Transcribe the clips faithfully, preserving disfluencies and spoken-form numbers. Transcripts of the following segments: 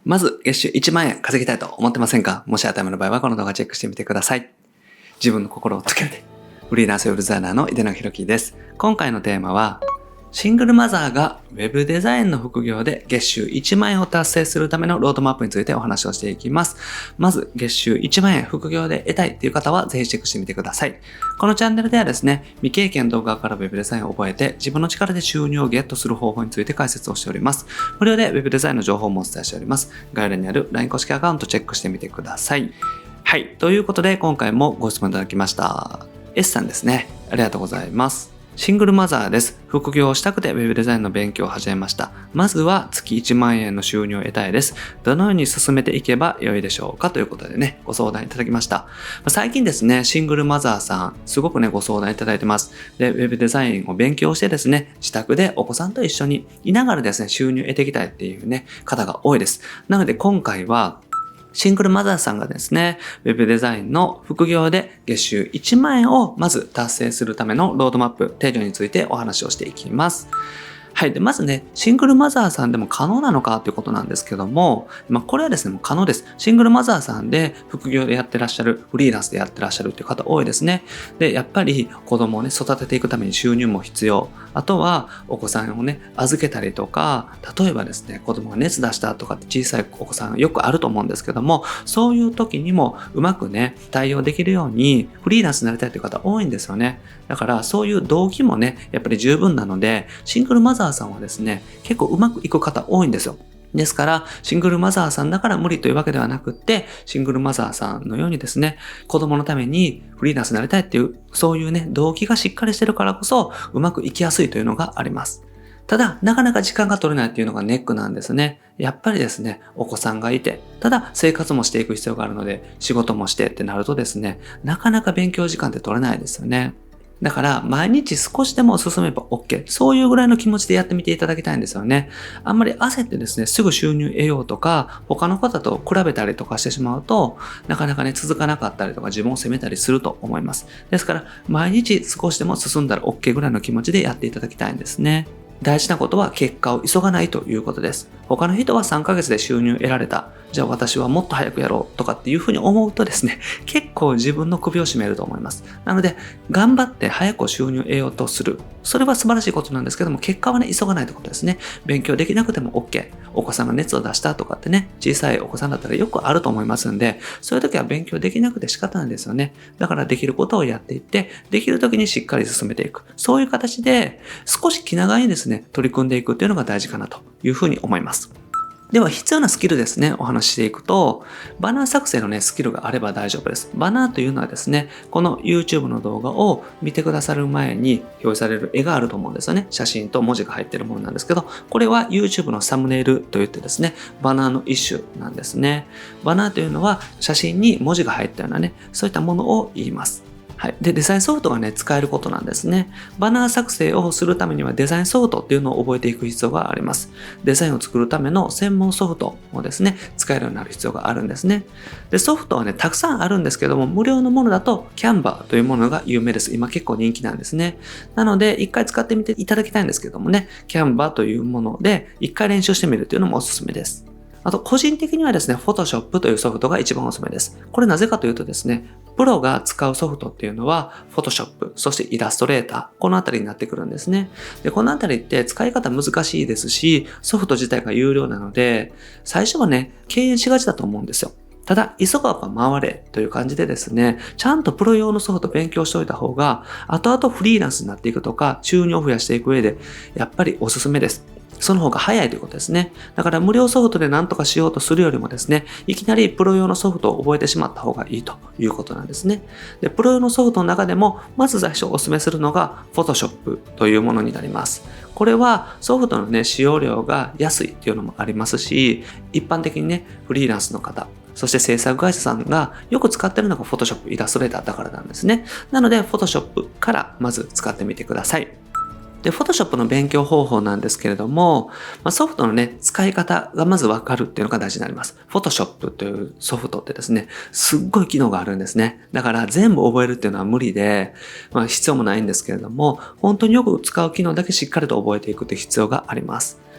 まず月収いちまんえん稼ぎたいと思ってませんか？もし当たり前の場合はこの動画チェックしてみてください。自分の心を解けて。フリーランスウェブデザイナーの井出永弘樹です。今回のテーマは、シングルマザーがウェブデザインの副業で月収いちまんえんを達成するためのロードマップについてお話をしていきます。まず月収いちまんえん副業で得たいという方はぜひチェックしてみてください。このチャンネルではですね、未経験動画からウェブデザインを覚えて自分の力で収入をゲットする方法について解説をしております。無料でウェブデザインの情報もお伝えしております。概要欄にある ライン 公式アカウントチェックしてみてください。はい。ということで今回もご質問いただきました。S さんですね。ありがとうございます。シングルマザーです。副業をしたくてウェブデザインの勉強を始めました。まずは月いちまんえんの収入を得たいです。どのように進めていけばよいでしょうかということでね、ご相談いただきました。最近ですね、シングルマザーさん、すごくね、ご相談いただいてます。で、ウェブデザインを勉強してですね、自宅でお子さんと一緒にいながらですね、収入を得ていきたいっていうね、方が多いです。なので今回は、シングルマザーさんがですね、ウェブデザインの副業で月収いちまんえんをまず達成するためのロードマップ、手順についてお話をしていきます。はい。で、まずね、シングルマザーさんでも可能なのかということなんですけども、まあ、これはですね、もう可能です。シングルマザーさんで副業でやってらっしゃる、フリーランスでやってらっしゃるっていう方多いですね。で、やっぱり子供をね、育てていくために収入も必要。あとは、お子さんをね、預けたりとか、例えばですね、子供が熱出したとかって小さいお子さんよくあると思うんですけども、そういう時にもうまくね、対応できるようにフリーランスになりたいという方多いんですよね。だから、そういう動機もね、やっぱり十分なので、シングルマザーさんはですね、結構うまくいく方多いんですよ。ですから、シングルマザーさんだから無理というわけではなくって、シングルマザーさんのようにですね、子供のためにフリーランスになりたいっていう、そういうね、動機がしっかりしてるからこそ、うまくいきやすいというのがあります。ただ、なかなか時間が取れないっていうのがネックなんですね。やっぱりですね、お子さんがいて、ただ生活もしていく必要があるので、仕事もしてってなるとですね、なかなか勉強時間って取れないですよね。だから、毎日少しでも進めば OK。そういうぐらいの気持ちでやってみていただきたいんですよね。あんまり焦ってですね、すぐ収入得ようとか、他の方と比べたりとかしてしまうと、なかなかね、続かなかったりとか、自分を責めたりすると思います。ですから、毎日少しでも進んだら OK ぐらいの気持ちでやっていただきたいんですね。大事なことは結果を急がないということです。他の人はさんかげつで収入得られた。じゃあ私はもっと早くやろうとかっていうふうに思うとですね、結構自分の首を絞めると思います。なので、頑張って早く収入を得ようとする。それは素晴らしいことなんですけども、結果はね、急がないということですね。勉強できなくても OK。お子さんが熱を出したとかってね、小さいお子さんだったらよくあると思いますんで、そういう時は勉強できなくて仕方ないですよね。だからできることをやっていって、できる時にしっかり進めていく。そういう形で、少し気長にですね、取り組んでいくっていうのが大事かなというふうに思います。では必要なスキルですね、お話ししていくと、バナー作成のね、スキルがあれば大丈夫です。バナーというのはですね、この YouTube の動画を見てくださる前に表示される絵があると思うんですよね。写真と文字が入っているものなんですけど、これは YouTube のサムネイルといってですね、バナーの一種なんですね。バナーというのは写真に文字が入ったようなね、そういったものを言います。はい。で、デザインソフトがね、使えることなんですね。バナー作成をするためにはデザインソフトっていうのを覚えていく必要があります。デザインを作るための専門ソフトをですね、使えるようになる必要があるんですね。で、ソフトはね、たくさんあるんですけども、無料のものだと Canva というものが有名です。今結構人気なんですね。なので、一回使ってみていただきたいんですけどもね、Canva というもので一回練習してみるというのもおすすめです。あと、個人的にはですね、Photoshop というソフトが一番おすすめです。これなぜかというとですね、プロが使うソフトっていうのは、Photoshop、そしてイラストレーター、このあたりになってくるんですね。で、このあたりって使い方難しいですし、ソフト自体が有料なので、最初はね、敬遠しがちだと思うんですよ。ただ、急がば回れという感じでですね、ちゃんとプロ用のソフト勉強しておいた方が、後々フリーランスになっていくとか、収入を増やしていく上で、やっぱりおすすめです。その方が早いということですね。だから無料ソフトで何とかしようとするよりもですね、いきなりプロ用のソフトを覚えてしまった方がいいということなんですね。で、プロ用のソフトの中でも、まず最初お勧めするのが Photoshop というものになります。これはソフトのね、使用料が安いっていうのもありますし、一般的にね、フリーランスの方、そして制作会社さんがよく使っているのが Photoshop、イラストレーターだからなんですね。なので Photoshop からまず使ってみてください。で、Photoshop の勉強方法なんですけれども、まあ、ソフトのね、使い方がまずわかるっていうのが大事になります。Photoshop というソフトってですね、すっごい機能があるんですね。だから全部覚えるっていうのは無理で、まあ必要もないんですけれども、本当によく使う機能だけしっかりと覚えていくって必要があります。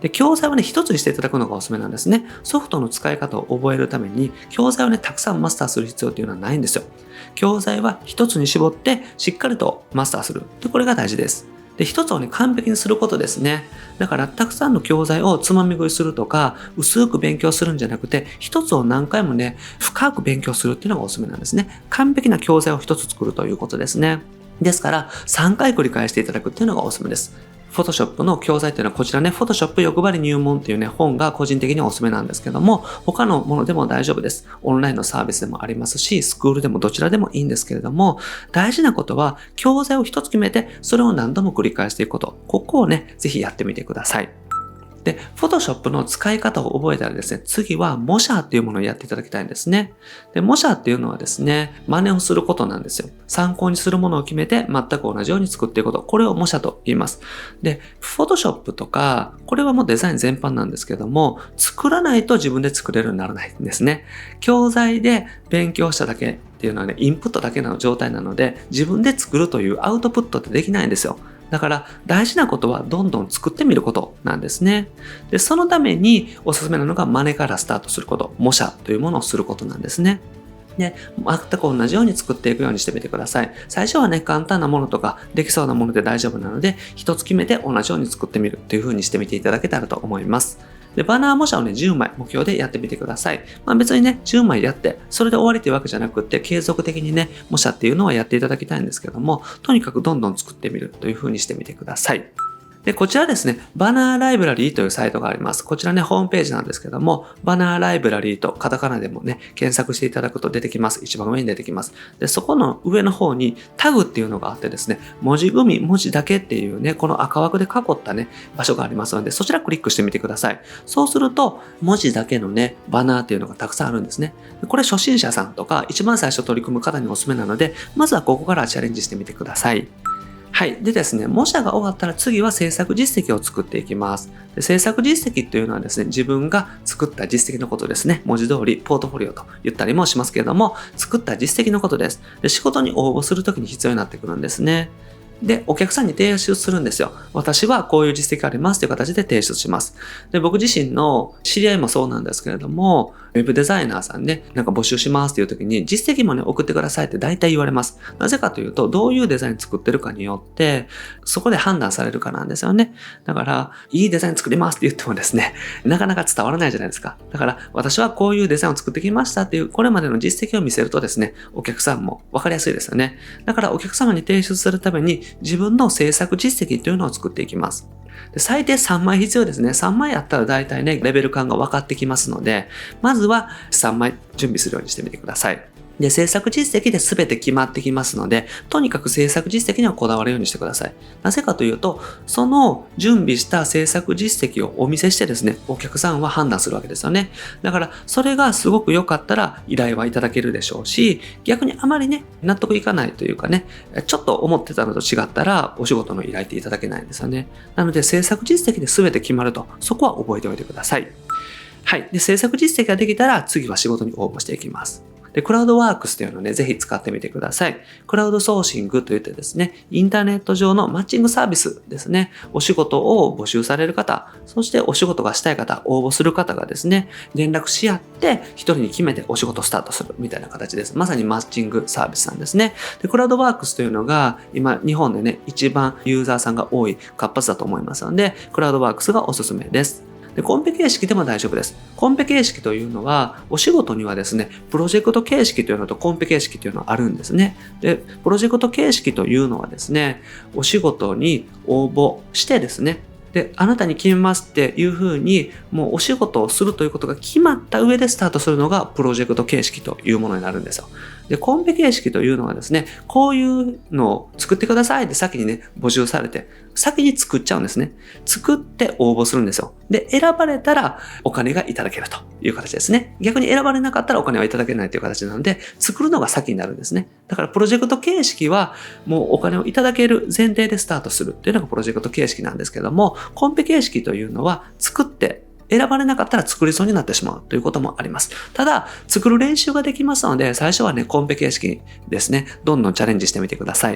で、教材はね、一つにしていただくのがおすすめなんですね。ソフトの使い方を覚えるために、教材をね、たくさんマスターする必要っていうのはないんですよ。教材は一つに絞って、しっかりとマスターする。で、これが大事です。で、一つをね、完璧にすることですね。だから、たくさんの教材をつまみ食いするとか、薄く勉強するんじゃなくて、一つを何回もね、深く勉強するっていうのがおすすめなんですね。完璧な教材を一つ作るということですね。ですから、さんかい繰り返していただくっていうのがおすすめです。Photoshop の教材っていうのはこちらね、Photoshop 欲張り入門っていうね、本が個人的におすすめなんですけども、他のものでも大丈夫です。オンラインのサービスでもありますし、スクールでもどちらでもいいんですけれども、大事なことは、教材を一つ決めて、それを何度も繰り返していくこと。ここをね、ぜひやってみてください。で、Photoshop の使い方を覚えたらですね、次は模写っていうものをやっていただきたいんですね。で、模写っていうのはですね、真似をすることなんですよ。参考にするものを決めて全く同じように作っていくこと。これを模写と言います。で、Photoshop とか、これはもうデザイン全般なんですけども、作らないと自分で作れるようにならないんですね。教材で勉強しただけっていうのはね、インプットだけの状態なので、自分で作るというアウトプットってできないんですよ。だから大事なことはどんどん作ってみることなんですね。で、そのためにおすすめなのが真似からスタートすること、模写というものをすることなんですね。で、全く同じように作っていくようにしてみてください。最初はね、簡単なものとかできそうなもので大丈夫なので、一つ決めて同じように作ってみるという風にしてみていただけたらと思います。で、バナー模写をね、じゅうまい目標でやってみてください。まあ別にね、じゅうまいやって、それで終わりというわけじゃなくって、継続的にね、模写っていうのはやっていただきたいんですけども、とにかくどんどん作ってみるという風にしてみてください。で、こちらですね、バナーライブラリーというサイトがあります。こちらね、ホームページなんですけども、バナーライブラリーとカタカナでもね、検索していただくと出てきます。一番上に出てきます。で、そこの上の方にタグっていうのがあってですね、文字組み、文字だけっていうね、この赤枠で囲ったね、場所がありますので、そちらクリックしてみてください。そうすると、文字だけのね、バナーっていうのがたくさんあるんですね。これ初心者さんとか、一番最初取り組む方におすすめなので、まずはここからチャレンジしてみてください。はい。でですね、模写が終わったら次は制作実績を作っていきます。で、制作実績というのはですね、自分が作った実績のことですね。文字通りポートフォリオと言ったりもしますけれども、作った実績のことです。で、仕事に応募するときに必要になってくるんですね。で、お客さんに提出するんですよ。私はこういう実績がありますという形で提出します。で、僕自身の知り合いもそうなんですけれども、ウェブデザイナーさんね、なんか募集しますっていう時に実績もね、送ってくださいって大体言われます。なぜかというと、どういうデザイン作ってるかによって、そこで判断されるかなんですよね。だから、いいデザイン作りますって言ってもですね、なかなか伝わらないじゃないですか。だから、私はこういうデザインを作ってきましたっていう、これまでの実績を見せるとですね、お客さんも分かりやすいですよね。だから、お客様に提出するために、自分の制作実績というのを作っていきます。で、最低さんまい必要ですね。さんまいあったら大体ね、レベル感が分かってきますので、まずはさんまい準備するようにしてみてください。で、制作実績で全て決まってきますので、とにかく制作実績にはこだわるようにしてください。なぜかというと、その準備した制作実績をお見せしてですね、お客さんは判断するわけですよね。だから、それがすごく良かったら依頼はいただけるでしょうし、逆にあまりね、納得いかないというかね、ちょっと思ってたのと違ったら、お仕事の依頼っていただけないんですよね。なので、制作実績で全て決まると、そこは覚えておいてください。はい。で、制作実績ができたら、次は仕事に応募していきます。で、クラウドワークスというのをね、ぜひ使ってみてください。クラウドソーシングといってですね、インターネット上のマッチングサービスですね、お仕事を募集される方、そしてお仕事がしたい方、応募する方がですね、連絡し合って、一人に決めてお仕事スタートするみたいな形です。まさにマッチングサービスなんですね。で、クラウドワークスというのが、今、日本でね、一番ユーザーさんが多い、活発だと思いますので、クラウドワークスがおすすめです。で、コンペ形式でも大丈夫です。コンペ形式というのは、お仕事にはですね、プロジェクト形式というのとコンペ形式というのがあるんですね。で、プロジェクト形式というのはですね、お仕事に応募してですね、で、あなたに決めますっていうふうに、もうお仕事をするということが決まった上でスタートするのがプロジェクト形式というものになるんですよ。で、コンペ形式というのはですね、こういうのを作ってくださいって先にね、募集されて、先に作っちゃうんですね。作って応募するんですよ。で、選ばれたらお金がいただけるという形ですね。逆に選ばれなかったらお金はいただけないという形なので、作るのが先になるんですね。だからプロジェクト形式はもうお金をいただける前提でスタートするっていうのがプロジェクト形式なんですけども、コンペ形式というのは作って選ばれなかったら作りそうになってしまうということもあります。ただ、作る練習ができますので、最初はね、コンペ形式ですね、どんどんチャレンジしてみてください。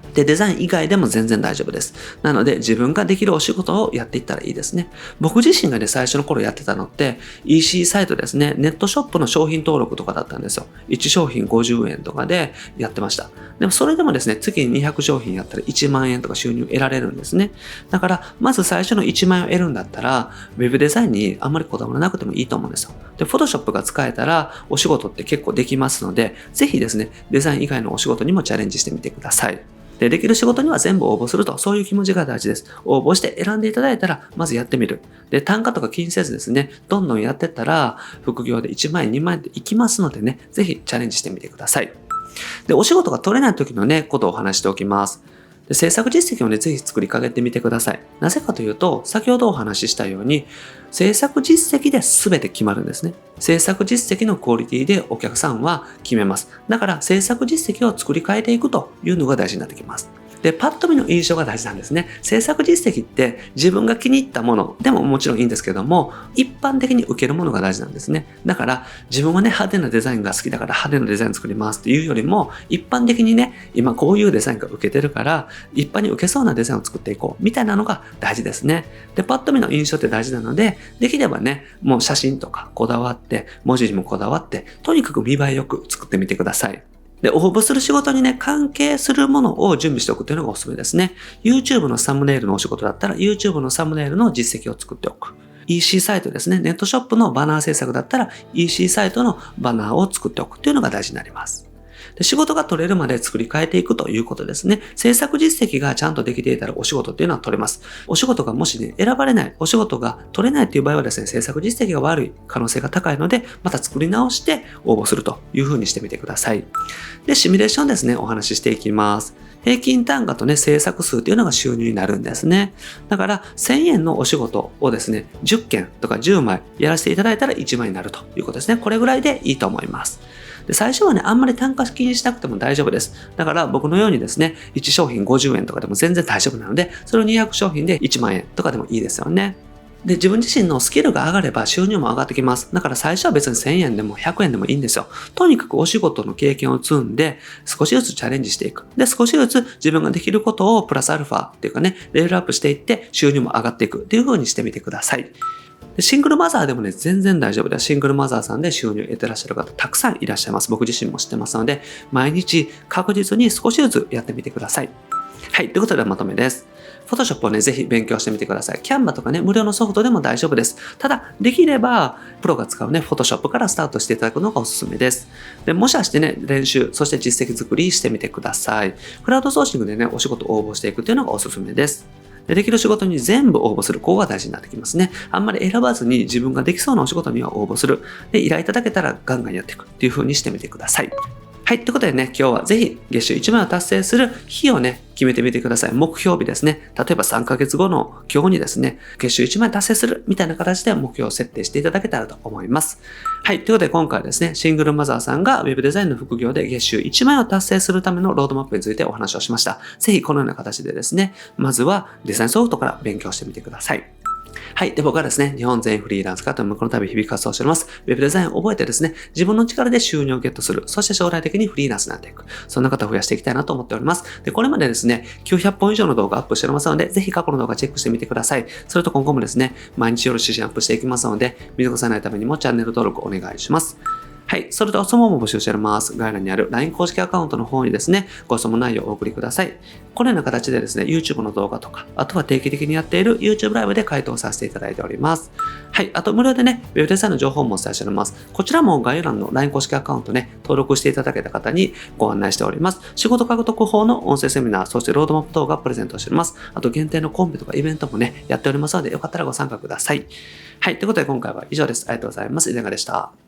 で、デザイン以外でも全然大丈夫です。なので、自分ができるお仕事をやっていったらいいですね。僕自身がね、最初の頃やってたのって、イーシー サイトですね、ネットショップの商品登録とかだったんですよ。いち商品ごじゅうえんとかでやってました。でも、それでもですね、月ににひゃく商品やったらいちまんえんとか収入得られるんですね。だから、まず最初のいちまんえんを得るんだったら、ウェブデザインにあんまりこだわらなくてもいいと思うんですよ。で、Photoshop が使えたら、お仕事って結構できますので、ぜひですね、デザイン以外のお仕事にもチャレンジしてみてください。で、できる仕事には全部応募すると、そういう気持ちが大事です。応募して選んでいただいたら、まずやってみる。で、単価とか気にせずですね、どんどんやってったら、副業でいちまんえん、にまんえんっていきますのでね、ぜひチャレンジしてみてください。で、お仕事が取れない時のね、ことをお話しておきます。で、制作実績をね、ぜひ作りかけてみてください。なぜかというと、先ほどお話ししたように、制作実績で全て決まるんですね。制作実績のクオリティでお客さんは決めます。だから、制作実績を作り変えていくというのが大事になってきます。で、パッと見の印象が大事なんですね。制作実績って自分が気に入ったものでももちろんいいんですけども、一般的に受けるものが大事なんですね。だから自分はね、派手なデザインが好きだから派手なデザイン作りますっていうよりも、一般的にね、今こういうデザインが受けてるから、一般に受けそうなデザインを作っていこうみたいなのが大事ですね。で、パッと見の印象って大事なので、できればね、もう写真とかこだわって、文字にもこだわって、とにかく見栄えよく作ってみてください。で、応募する仕事にね、関係するものを準備しておくというのがおすすめですね。YouTube のサムネイルのお仕事だったら、YouTube のサムネイルの実績を作っておく。イーシー サイトですね。ネットショップのバナー制作だったら、イーシー サイトのバナーを作っておくというのが大事になります。で、仕事が取れるまで作り変えていくということですね。制作実績がちゃんとできていたらお仕事っていうのは取れます。お仕事がもしね、選ばれない、お仕事が取れないっていう場合はですね、制作実績が悪い可能性が高いので、また作り直して応募するという風にしてみてください。で、シミュレーションですね、お話ししていきます。平均単価とね、制作数というのが収入になるんですね。だから、せんえんのお仕事をですね、じゅっけんとかじゅうまいやらせていただいたらいちまんになるということですね。これぐらいでいいと思います。で、最初はね、あんまり単価気にしなくても大丈夫です。だから僕のようにですね、いち商品ごじゅうえんとかでも全然大丈夫なので、それをにひゃく商品でいちまんえんとかでもいいですよね。で、自分自身のスキルが上がれば収入も上がってきます。だから最初は別にせんえんでもひゃくえんでもいいんですよ。とにかくお仕事の経験を積んで、少しずつチャレンジしていく。で、少しずつ自分ができることをプラスアルファっていうかね、レベルアップしていって収入も上がっていくっていう風にしてみてください。で、シングルマザーでもね、全然大丈夫です。シングルマザーさんで収入を得てらっしゃる方たくさんいらっしゃいます。僕自身も知ってますので、毎日確実に少しずつやってみてください。はい。ということでまとめです。Photoshop をね、ぜひ勉強してみてください。Canva とかね、無料のソフトでも大丈夫です。ただ、できれば、プロが使うね、Photoshop からスタートしていただくのがおすすめです。で、もしかしてね、練習、そして実績作りしてみてください。クラウドソーシングでね、お仕事を応募していくというのがおすすめです。で、できる仕事に全部応募する。ここが大事になってきますね。あんまり選ばずに自分ができそうなお仕事には応募する。で、依頼いただけたらガンガンやっていくっていう風にしてみてください。はい。ということでね、今日はぜひ月収いちまんを達成する日をね、決めてみてください。目標日ですね。例えばさんかげつごの今日にですね、月収いちまん達成するみたいな形で目標を設定していただけたらと思います。はい。ということで今回はですね、シングルマザーさんがウェブデザインの副業で月収いちまんを達成するためのロードマップについてお話をしました。ぜひこのような形でですね、まずはデザインソフトから勉強してみてください。はい。で、僕はですね、日本全フリーランス化というこの度日々活動しております。ウェブデザインを覚えてですね、自分の力で収入をゲットする。そして将来的にフリーランスになっていく。そんな方を増やしていきたいなと思っております。で、これまでですね、きゅうひゃっぽん以上の動画アップしておりますので、ぜひ過去の動画チェックしてみてください。それと今後もですね、毎日夜指針アップしていきますので、見逃さないためにもチャンネル登録お願いします。はい。それでは質問も募集しております。概要欄にある ライン 公式アカウントの方にですね、ご質問内容をお送りください。このような形でですね、YouTube の動画とか、あとは定期的にやっている YouTube ライブで回答させていただいております。はい。あと無料でね、ウェブデザインの情報もお伝えしております。こちらも概要欄の ライン 公式アカウントね、登録していただけた方にご案内しております。仕事獲得法の音声セミナー、そしてロードマップ動画プレゼントしております。あと限定のコンペとかイベントもね、やっておりますので、よかったらご参加ください。はい。ということで今回は以上です。ありがとうございます。井出川でした。